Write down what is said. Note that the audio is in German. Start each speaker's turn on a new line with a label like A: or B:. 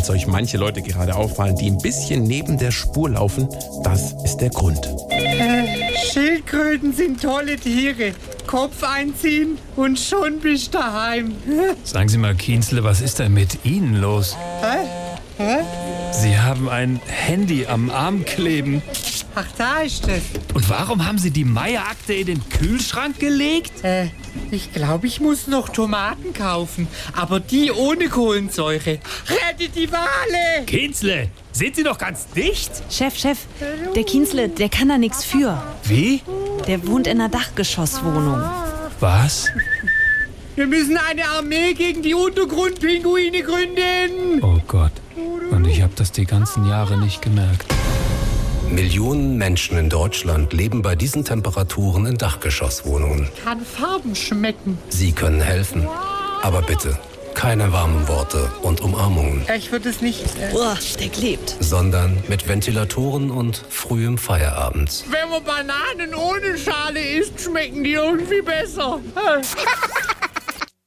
A: falls euch manche Leute gerade auffallen, die ein bisschen neben der Spur laufen, das ist der Grund.
B: Schildkröten sind tolle Tiere. Kopf einziehen und schon bist du daheim.
C: Sagen Sie mal, Kienzle, was ist denn mit Ihnen los?
B: Hä?
C: Sie haben ein Handy am Arm kleben.
B: Ach, da ist es.
C: Und warum haben Sie die Meier-Akte in den Kühlschrank gelegt?
B: Ich glaube, ich muss noch Tomaten kaufen. Aber die ohne Kohlensäure. Rettet die Wale!
C: Kienzle, sind Sie doch ganz dicht?
D: Chef, der Kienzle, der kann da nichts für.
C: Wie?
D: Der wohnt in einer Dachgeschosswohnung.
C: Was?
B: Wir müssen eine Armee gegen die Untergrundpinguine gründen.
C: Oh Gott. Und ich habe das die ganzen Jahre nicht gemerkt.
E: Millionen Menschen in Deutschland leben bei diesen Temperaturen in Dachgeschosswohnungen.
B: Kann Farben schmecken.
E: Sie können helfen. Aber bitte, keine warmen Worte und Umarmungen,
B: Ich würde es nicht...
D: Uah, der klebt.
E: sondern mit Ventilatoren und frühem Feierabend.
B: Wenn man Bananen ohne Schale isst, schmecken die irgendwie besser.